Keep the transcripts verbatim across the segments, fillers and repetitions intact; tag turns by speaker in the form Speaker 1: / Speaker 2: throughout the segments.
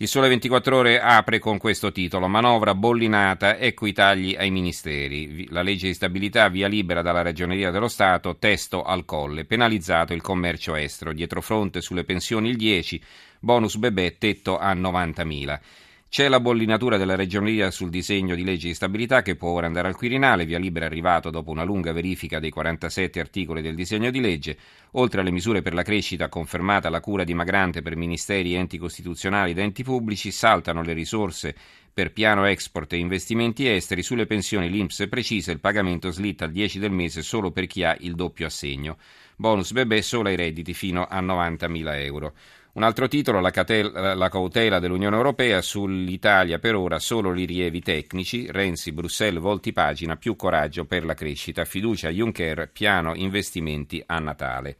Speaker 1: Il Sole ventiquattro Ore apre con questo titolo: manovra bollinata, ecco i tagli ai ministeri. La legge di stabilità, via libera dalla Ragioneria dello Stato, testo al Colle, penalizzato il commercio estero, dietro fronte sulle pensioni il dieci, bonus bebè, tetto a novantamila. C'è la bollinatura della Ragioneria sul disegno di legge di stabilità che può ora andare al Quirinale, via libera è arrivato dopo una lunga verifica dei quarantasette articoli del disegno di legge. Oltre alle misure per la crescita, confermata la cura dimagrante per ministeri, enti costituzionali ed enti pubblici, saltano le risorse per piano export e investimenti esteri. Sulle pensioni l'I N P S precisa il pagamento slitta al dieci del mese solo per chi ha il doppio assegno. Bonus bebè solo ai redditi fino a novantamila euro. Un altro titolo, la, catel- la cautela dell'Unione Europea, sull'Italia per ora solo rilievi tecnici, Renzi, Bruxelles, volti pagina, più coraggio per la crescita, fiducia a Juncker, piano investimenti a Natale.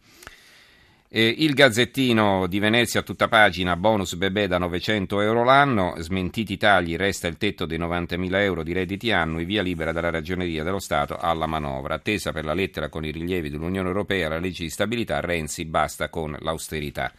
Speaker 1: Eh, il Gazzettino di Venezia a tutta pagina, bonus bebè da novecento euro l'anno, smentiti i tagli, resta il tetto dei novantamila euro di redditi annui, via libera dalla Ragioneria dello Stato alla manovra. Attesa per la lettera con i rilievi dell'Unione Europea alla legge di stabilità, Renzi basta con l'austerità.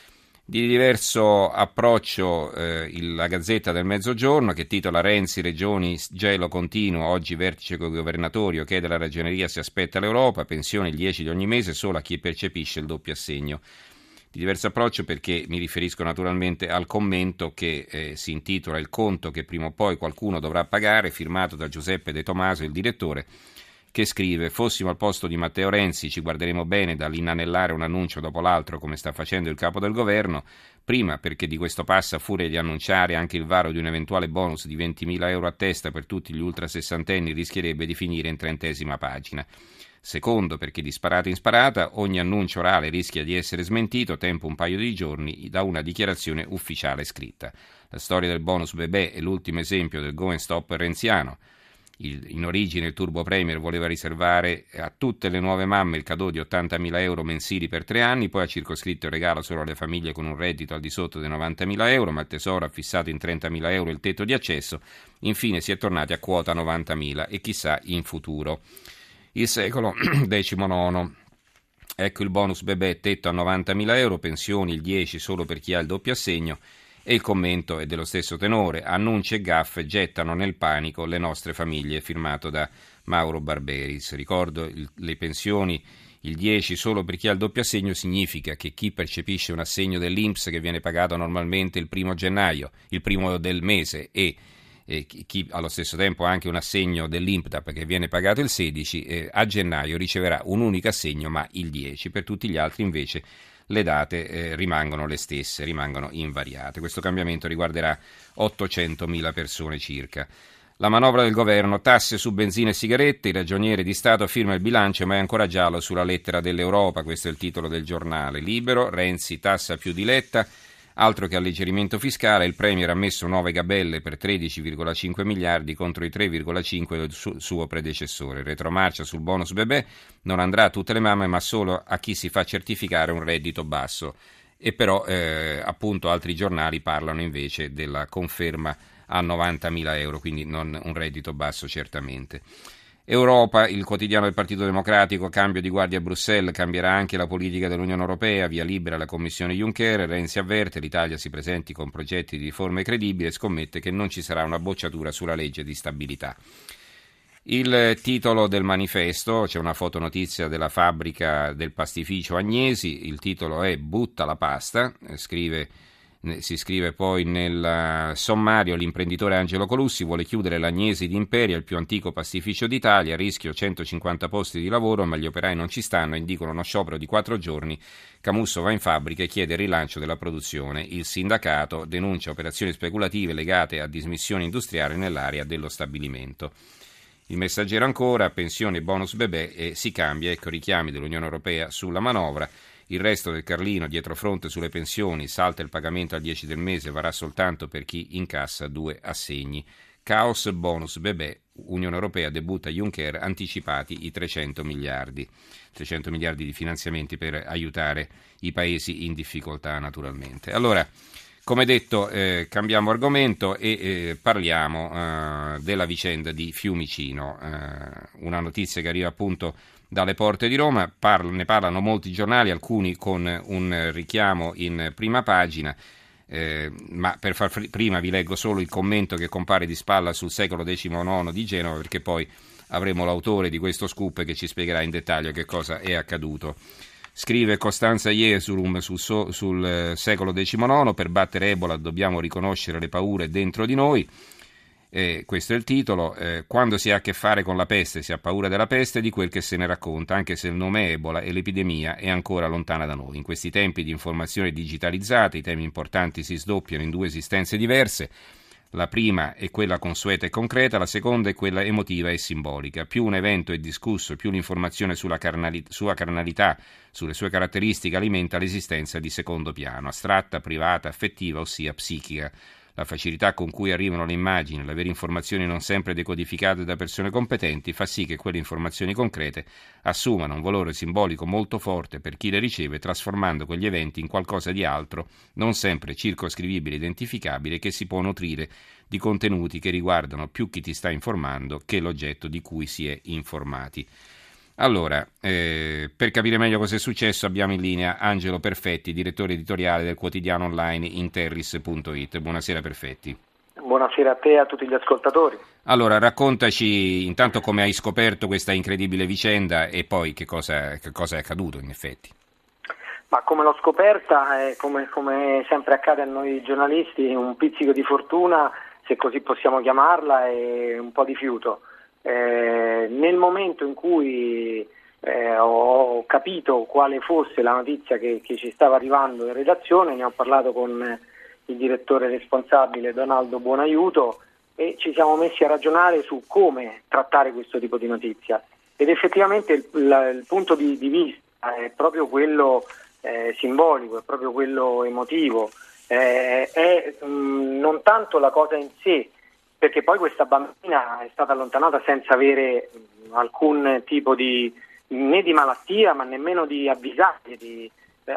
Speaker 1: Di diverso approccio eh, la Gazzetta del Mezzogiorno, che titola Renzi, regioni, gelo continuo, oggi vertice governatorio, chiede alla Ragioneria se aspetta l'Europa, pensione il dieci di ogni mese solo a chi percepisce il doppio assegno. Di diverso approccio perché mi riferisco naturalmente al commento che eh, si intitola Il conto che prima o poi qualcuno dovrà pagare, firmato da Giuseppe De Tomaso, il direttore, che scrive: fossimo al posto di Matteo Renzi ci guarderemo bene dall'inanellare un annuncio dopo l'altro come sta facendo il capo del governo, prima perché di questo passo a furia di annunciare anche il varo di un eventuale bonus di ventimila euro a testa per tutti gli ultrasessantenni rischierebbe di finire in trentesima pagina. Secondo perché di sparata in sparata ogni annuncio orale rischia di essere smentito tempo un paio di giorni da una dichiarazione ufficiale scritta. La storia del bonus bebè è l'ultimo esempio del go and stop renziano. Il, in origine il Turbo Premier voleva riservare a tutte le nuove mamme il cadeau di ottantamila euro mensili per tre anni, poi ha circoscritto il regalo solo alle famiglie con un reddito al di sotto dei novantamila euro, ma il Tesoro ha fissato in trentamila euro il tetto di accesso. Infine si è tornati a quota novantamila e chissà in futuro. Il secolo diciannove. Ecco il bonus bebè, tetto a novantamila euro, pensioni il dieci solo per chi ha il doppio assegno. E il commento è dello stesso tenore, annunci e gaffe gettano nel panico le nostre famiglie, firmato da Mauro Barberis. Ricordo, il, le pensioni, il dieci solo per chi ha il doppio assegno significa che chi percepisce un assegno dell'I N P S che viene pagato normalmente il primo gennaio, il primo del mese, e, e chi allo stesso tempo ha anche un assegno dell'I N P D A P che viene pagato il sedici, eh, a gennaio riceverà un unico assegno ma il dieci, per tutti gli altri invece le date eh, rimangono le stesse, rimangono invariate. Questo cambiamento riguarderà ottocentomila persone circa. La manovra del governo, tasse su benzina e sigarette, il ragioniere di Stato firma il bilancio ma è ancora giallo sulla lettera dell'Europa, questo è il titolo del giornale. Libero, Renzi tassa più di Letta, altro che alleggerimento fiscale, il Premier ha messo nuove gabelle per tredici virgola cinque miliardi contro i tre virgola cinque del su- suo predecessore. Retromarcia sul bonus bebè, non andrà a tutte le mamme ma solo a chi si fa certificare un reddito basso. E però eh, appunto altri giornali parlano invece della conferma a novantamila euro, quindi non un reddito basso certamente. Europa, il quotidiano del Partito Democratico, cambio di guardia a Bruxelles, cambierà anche la politica dell'Unione Europea, via libera la Commissione Juncker, Renzi avverte l'Italia si presenti con progetti di riforme credibili e scommette che non ci sarà una bocciatura sulla legge di stabilità. Il titolo del manifesto, c'è una fotonotizia della fabbrica del pastificio Agnesi, il titolo è Butta la pasta, scrive Si scrive poi nel sommario: l'imprenditore Angelo Colussi vuole chiudere l'Agnesi di Imperia, il più antico pastificio d'Italia, a rischio centocinquanta posti di lavoro, ma gli operai non ci stanno, indicano uno sciopero di quattro giorni. Camusso va in fabbrica e chiede il rilancio della produzione. Il sindacato denuncia operazioni speculative legate a dismissioni industriali nell'area dello stabilimento. Il Messaggero ancora, pensione bonus bebè e si cambia, ecco richiami dell'Unione Europea sulla manovra. Il resto del Carlino dietro fronte sulle pensioni, salta il pagamento al dieci del mese, varrà soltanto per chi incassa due assegni. Caos, bonus bebè, Unione Europea debutta Juncker, anticipati i trecento miliardi. trecento miliardi di finanziamenti per aiutare i paesi in difficoltà naturalmente. Allora, come detto, eh, cambiamo argomento e eh, parliamo eh, della vicenda di Fiumicino, eh, una notizia che arriva appunto dalle porte di Roma, parla, ne parlano molti giornali, alcuni con un richiamo in prima pagina. Eh, ma per far fr- prima vi leggo solo il commento che compare di spalla sul secolo diciannove di Genova, perché poi avremo l'autore di questo scoop che ci spiegherà in dettaglio che cosa è accaduto. Scrive Costanza Jesurum sul, so, sul eh, secolo diciannove: per battere Ebola dobbiamo riconoscere le paure dentro di noi. Eh, questo è il titolo. Eh, quando si ha a che fare con la peste si ha paura della peste e di quel che se ne racconta, anche se il nome Ebola e l'epidemia è ancora lontana da noi. In questi tempi di informazione digitalizzata i temi importanti si sdoppiano in due esistenze diverse. La prima è quella consueta e concreta, la seconda è quella emotiva e simbolica. Più un evento è discusso, più l'informazione sulla carnali- sua carnalità, sulle sue caratteristiche alimenta l'esistenza di secondo piano, astratta, privata, affettiva, ossia psichica. La facilità con cui arrivano le immagini, l'avere informazioni non sempre decodificate da persone competenti fa sì che quelle informazioni concrete assumano un valore simbolico molto forte per chi le riceve, trasformando quegli eventi in qualcosa di altro, non sempre circoscrivibile e identificabile, che si può nutrire di contenuti che riguardano più chi ti sta informando che l'oggetto di cui si è informati. Allora, eh, per capire meglio cosa è successo abbiamo in linea Angelo Perfetti, direttore editoriale del quotidiano online interris punto it. Buonasera Perfetti.
Speaker 2: Buonasera a te e a tutti gli ascoltatori.
Speaker 1: Allora, raccontaci intanto come hai scoperto questa incredibile vicenda e poi che cosa, che cosa è accaduto in effetti.
Speaker 2: Ma come l'ho scoperta, eh, come, come sempre accade a noi giornalisti, un pizzico di fortuna, se così possiamo chiamarla, e un po' di fiuto. Eh, nel momento in cui eh, ho capito quale fosse la notizia che, che ci stava arrivando in redazione, ne ho parlato con il direttore responsabile Donaldo Buonaiuto e ci siamo messi a ragionare su come trattare questo tipo di notizia, ed effettivamente il, la, il punto di, di vista è proprio quello eh, simbolico, è proprio quello emotivo, eh, è mh, non tanto la cosa in sé, perché poi questa bambina è stata allontanata senza avere alcun tipo di né di malattia, ma nemmeno di avvisaglie di,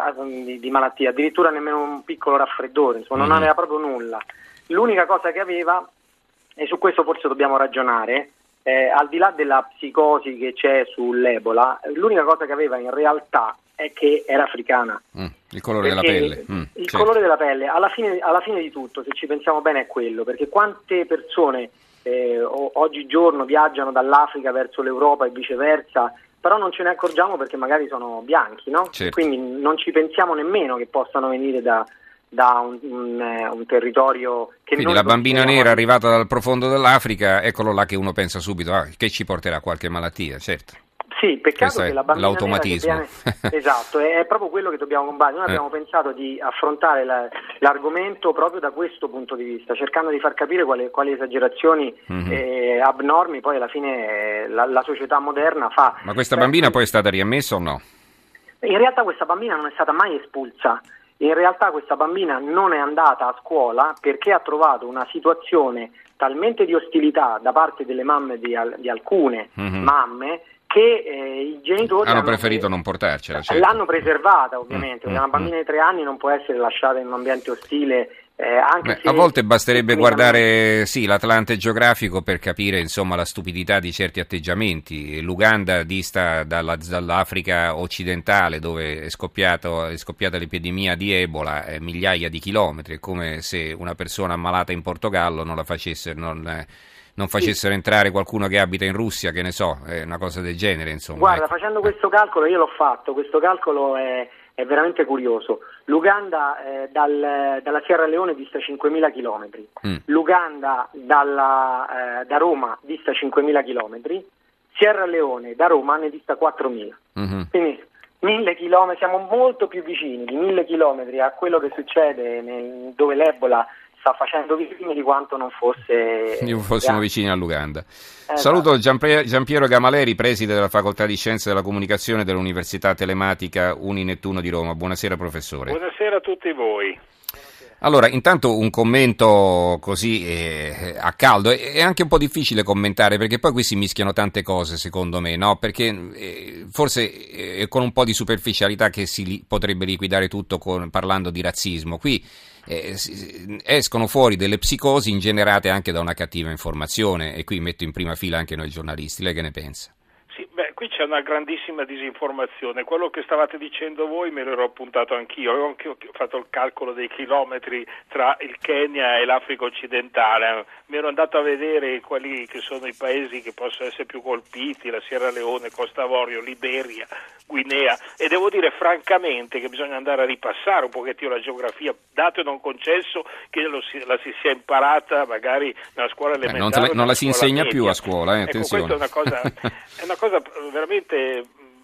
Speaker 2: di, di malattia, addirittura nemmeno un piccolo raffreddore, insomma, non aveva proprio nulla. L'unica cosa che aveva, e su questo forse dobbiamo ragionare, eh, al di là della psicosi che c'è sull'Ebola, l'unica cosa che aveva in realtà è che era africana.
Speaker 1: Mm, il colore della pelle. Mm,
Speaker 2: il
Speaker 1: certo.
Speaker 2: colore della pelle, alla fine, alla fine di tutto, se ci pensiamo bene, è quello, perché quante persone eh, oggigiorno viaggiano dall'Africa verso l'Europa e viceversa, però non ce ne accorgiamo perché magari sono bianchi, no?
Speaker 1: Certo.
Speaker 2: Quindi non ci pensiamo nemmeno che possano venire da, da un, un, un territorio che
Speaker 1: Quindi
Speaker 2: noi
Speaker 1: la bambina
Speaker 2: consideriamo...
Speaker 1: nera arrivata dal profondo dell'Africa, eccolo là che uno pensa subito ah, che ci porterà qualche malattia, certo.
Speaker 2: Sì, peccato
Speaker 1: Questo
Speaker 2: che
Speaker 1: è
Speaker 2: la bambina
Speaker 1: l'automatismo.
Speaker 2: nera che viene... Esatto, è, è proprio quello che dobbiamo combattere. Noi
Speaker 1: eh.
Speaker 2: abbiamo pensato di affrontare la, l'argomento proprio da questo punto di vista, cercando di far capire quali, quali esagerazioni mm-hmm. eh, abnormi poi alla fine eh, la, la società moderna fa.
Speaker 1: Ma questa
Speaker 2: Beh,
Speaker 1: bambina poi è stata riammessa o no?
Speaker 2: In realtà questa bambina non è stata mai espulsa. In realtà questa bambina non è andata a scuola perché ha trovato una situazione talmente di ostilità da parte delle mamme di, al, di alcune mm-hmm. mamme che eh, i genitori
Speaker 1: hanno
Speaker 2: hanno
Speaker 1: preferito
Speaker 2: pre-
Speaker 1: non portarcela, certo.
Speaker 2: l'hanno preservata ovviamente,
Speaker 1: mm,
Speaker 2: una bambina di tre anni non può essere lasciata in un ambiente ostile, eh, anche
Speaker 1: Beh,
Speaker 2: se
Speaker 1: a volte basterebbe guardare sì, l'Atlante geografico per capire insomma la stupidità di certi atteggiamenti. L'Uganda dista dalla, dall'Africa occidentale dove è, scoppiato, è scoppiata l'epidemia di Ebola eh, migliaia di chilometri, è come se una persona ammalata in Portogallo non la facesse non, eh, non facessero entrare qualcuno che abita in Russia, che ne so, è una cosa del genere, insomma.
Speaker 2: Guarda,
Speaker 1: ecco.
Speaker 2: facendo questo calcolo, io l'ho fatto, questo calcolo è, è veramente curioso. L'Uganda eh, dal, dalla Sierra Leone dista cinquemila chilometri, mm. l'Uganda dalla, eh, da Roma dista cinquemila chilometri, Sierra Leone da Roma ne dista quattromila. Mm-hmm. Quindi mille chilometri, siamo molto più vicini di mille chilometri a quello che succede nel, dove l'Ebola sta facendo vicini di quanto non fosse
Speaker 1: non fossimo vicini all'Uganda.
Speaker 2: Eh,
Speaker 1: Saluto Giampiero Gamaleri, preside della Facoltà di Scienze della Comunicazione dell'Università Telematica Uninettuno di Roma. Buonasera professore.
Speaker 3: Buonasera a tutti voi.
Speaker 1: Allora, intanto un commento così eh, a caldo, è anche un po' difficile commentare perché poi qui si mischiano tante cose secondo me, no? Perché eh, forse è con un po' di superficialità che si li, potrebbe liquidare tutto con, parlando di razzismo. Qui eh, escono fuori delle psicosi ingenerate anche da una cattiva informazione e qui metto in prima fila anche noi giornalisti. Lei che ne pensa?
Speaker 3: Sì, beh, qui c'è una grandissima disinformazione. Quello che stavate dicendo voi me l'ero appuntato anch'io, avevo anche fatto il calcolo dei chilometri tra il Kenya e l'Africa occidentale, mi ero andato a vedere quali che sono i paesi che possono essere più colpiti, la Sierra Leone, Costa d'Avorio, Liberia, Guinea, e devo dire francamente che bisogna andare a ripassare un pochettino la geografia, dato e non concesso che lo si, la si sia imparata magari nella scuola elementare.
Speaker 1: Eh, non, la, non la si insegna
Speaker 3: media.
Speaker 1: più a scuola, eh, attenzione.
Speaker 3: Ecco, questa è una cosa, è una cosa veramente...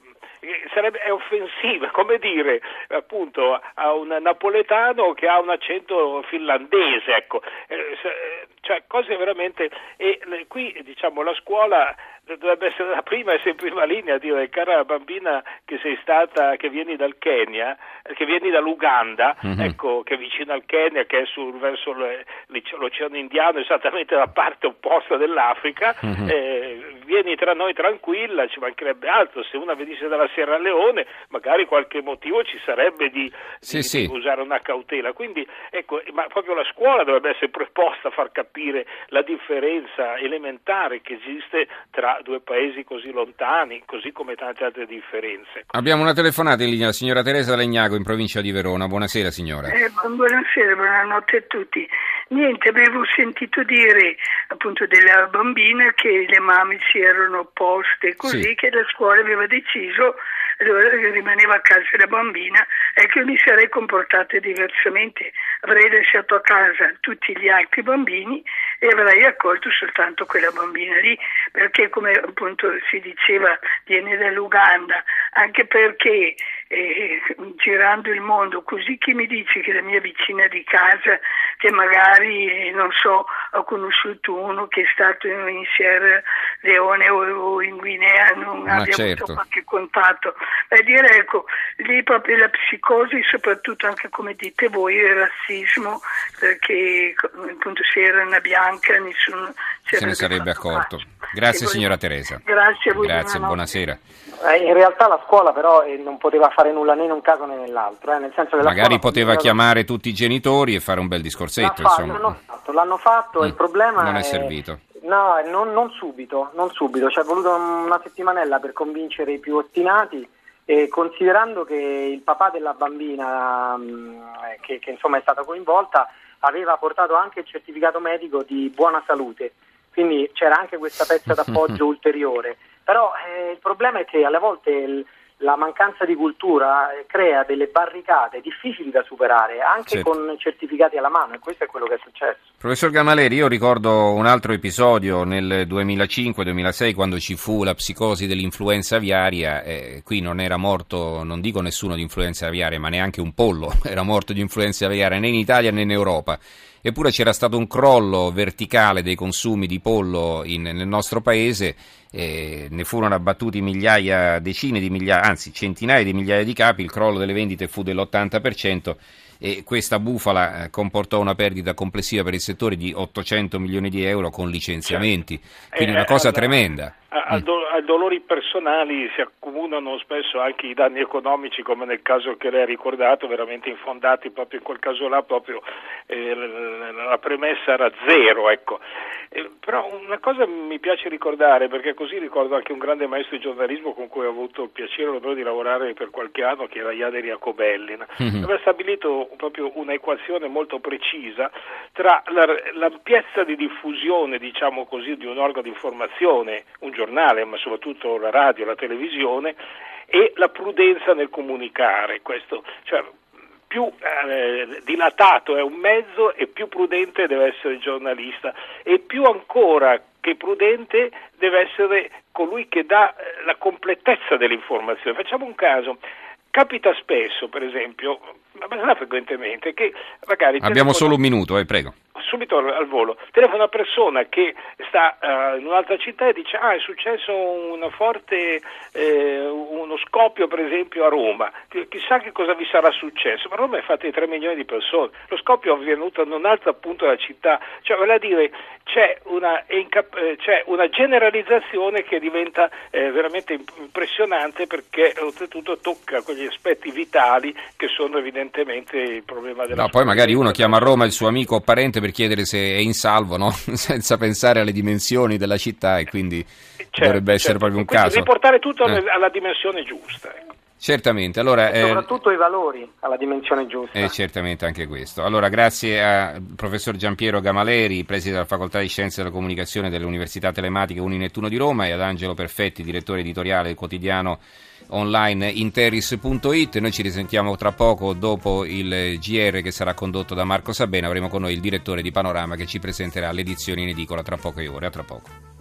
Speaker 3: sarebbe è offensiva, come dire appunto a un napoletano che ha un accento finlandese, ecco, eh, cioè cose veramente, e qui diciamo la scuola dovrebbe essere la prima e sempre in prima linea a dire: cara bambina che sei stata, che vieni dal Kenya, che vieni dall'Uganda, mm-hmm. ecco, che è vicino al Kenya, che è sul, verso le, l'Oceano Indiano, esattamente la parte opposta dell'Africa, mm-hmm. eh, vieni tra noi tranquilla, ci mancherebbe altro. Se una venisse dalla Sierra Leone magari qualche motivo ci sarebbe di,
Speaker 1: sì,
Speaker 3: di,
Speaker 1: sì.
Speaker 3: di usare una cautela, quindi ecco, ma proprio la scuola dovrebbe essere preposta a far capire la differenza elementare che esiste tra due paesi così lontani, così come tante altre differenze.
Speaker 1: Abbiamo una telefonata in linea, la signora Teresa Legnago in provincia di Verona. Buonasera signora.
Speaker 4: Eh, buonasera, buonanotte a tutti. Niente, avevo sentito dire appunto della bambina che le mamme si erano opposte, così sì. che la scuola aveva deciso, rimaneva a casa la bambina, e che io mi sarei comportata diversamente, avrei lasciato a casa tutti gli altri bambini e avrei accolto soltanto quella bambina lì, perché come appunto si diceva viene dall'Uganda, anche perché eh, girando il mondo, così chi mi dice che la mia vicina di casa, che magari eh, non so, ho conosciuto uno che è stato in Sierra Leone o, o in Guinea, non
Speaker 1: Ma
Speaker 4: abbia
Speaker 1: certo.
Speaker 4: avuto qualche contatto, per dire ecco, lì proprio la psicosi, soprattutto anche come dite voi il razzismo, perché appunto se era una bianca nessuno
Speaker 1: se ne sarebbe accorto. Grazie signora Teresa.
Speaker 4: Grazie a voi.
Speaker 1: Grazie, buonasera.
Speaker 2: Eh, in realtà la scuola però eh, non poteva fare nulla né in un caso né nell'altro, eh, nel senso che la
Speaker 1: magari
Speaker 2: scuola
Speaker 1: poteva
Speaker 2: poteva...
Speaker 1: chiamare tutti i genitori e fare un bel discorsetto.
Speaker 2: L'ha fatto,
Speaker 1: insomma.
Speaker 2: L'hanno fatto, l'hanno fatto mm. il problema
Speaker 1: non è,
Speaker 2: è
Speaker 1: servito.
Speaker 2: No, non, non subito, non subito, ci è voluto una settimanella per convincere i più ostinati, e considerando che il papà della bambina mh, che, che insomma è stata coinvolta aveva portato anche il certificato medico di buona salute, quindi c'era anche questa pezza d'appoggio ulteriore. Però eh, il problema è che alle volte il, la mancanza di cultura eh, crea delle barricate difficili da superare, anche
Speaker 1: certo.
Speaker 2: con certificati alla mano, e questo è quello che è successo.
Speaker 1: Professor Gamaleri, io ricordo un altro episodio nel duemilacinque duemilasei quando ci fu la psicosi dell'influenza aviaria, eh, qui non era morto, non dico nessuno di influenza aviaria, ma neanche un pollo era morto di influenza aviaria né in Italia né in Europa. Eppure c'era stato un crollo verticale dei consumi di pollo in, nel nostro paese, eh, ne furono abbattuti migliaia, decine di migliaia, anzi centinaia di migliaia di capi, il crollo delle vendite fu dell'ottanta per cento e questa bufala eh, comportò una perdita complessiva per il settore di ottocento milioni di euro con licenziamenti, quindi
Speaker 3: eh,
Speaker 1: una cosa
Speaker 3: allora,
Speaker 1: tremenda.
Speaker 3: A, do, a dolori personali si accomunano spesso anche i danni economici, come nel caso che lei ha ricordato, veramente infondati proprio in quel caso là, proprio eh, la, la premessa era zero, ecco. Eh, però una cosa mi piace ricordare, perché così ricordo anche un grande maestro di giornalismo con cui ho avuto il piacere e l'onore di lavorare per qualche anno, che era Jader Jacobelli, mm-hmm. aveva stabilito proprio un'equazione molto precisa tra la, l'ampiezza di diffusione, diciamo così, di un organo di informazione, un giornale, ma soprattutto la radio, la televisione, e la prudenza nel comunicare. Questo, cioè, più eh, dilatato è un mezzo e più prudente deve essere il giornalista, e più ancora che prudente deve essere colui che dà eh, la completezza dell'informazione. Facciamo un caso. Capita spesso, per esempio, ma frequentemente, che magari...
Speaker 1: Abbiamo solo un minuto, eh, prego.
Speaker 3: Subito al, al volo, telefona una persona che sta uh, in un'altra città e dice: ah, è successo una forte, eh, uno scoppio per esempio a Roma, chissà che cosa vi sarà successo, ma Roma è fatta di tre milioni di persone, lo scoppio è avvenuto in un altro punto della città, cioè vale a dire c'è una, c'è una generalizzazione che diventa eh, veramente impressionante, perché oltretutto tocca quegli aspetti vitali che sono evidentemente il problema della...
Speaker 1: No, poi magari uno chiama a Roma il suo amico o parente per chiedere chiedere se è in salvo, no? Senza pensare alle dimensioni della città, e quindi
Speaker 3: certo,
Speaker 1: dovrebbe essere
Speaker 3: certo.
Speaker 1: proprio un
Speaker 3: Quindi
Speaker 1: caso.
Speaker 3: riportare tutto
Speaker 1: eh.
Speaker 3: alla dimensione giusta. Ecco.
Speaker 1: Certamente, allora,
Speaker 2: e soprattutto eh, i valori alla dimensione giusta.
Speaker 1: Eh, certamente anche questo. Allora, grazie al professor Giampiero Gamaleri, preside della Facoltà di Scienze della Comunicazione dell'Università Telematica Uninettuno di Roma, e ad Angelo Perfetti, direttore editoriale del quotidiano online interis punto it. Noi ci risentiamo tra poco dopo il G R che sarà condotto da Marco Sabena. Avremo con noi il direttore di Panorama che ci presenterà l'edizione in edicola tra poche ore. A tra poco.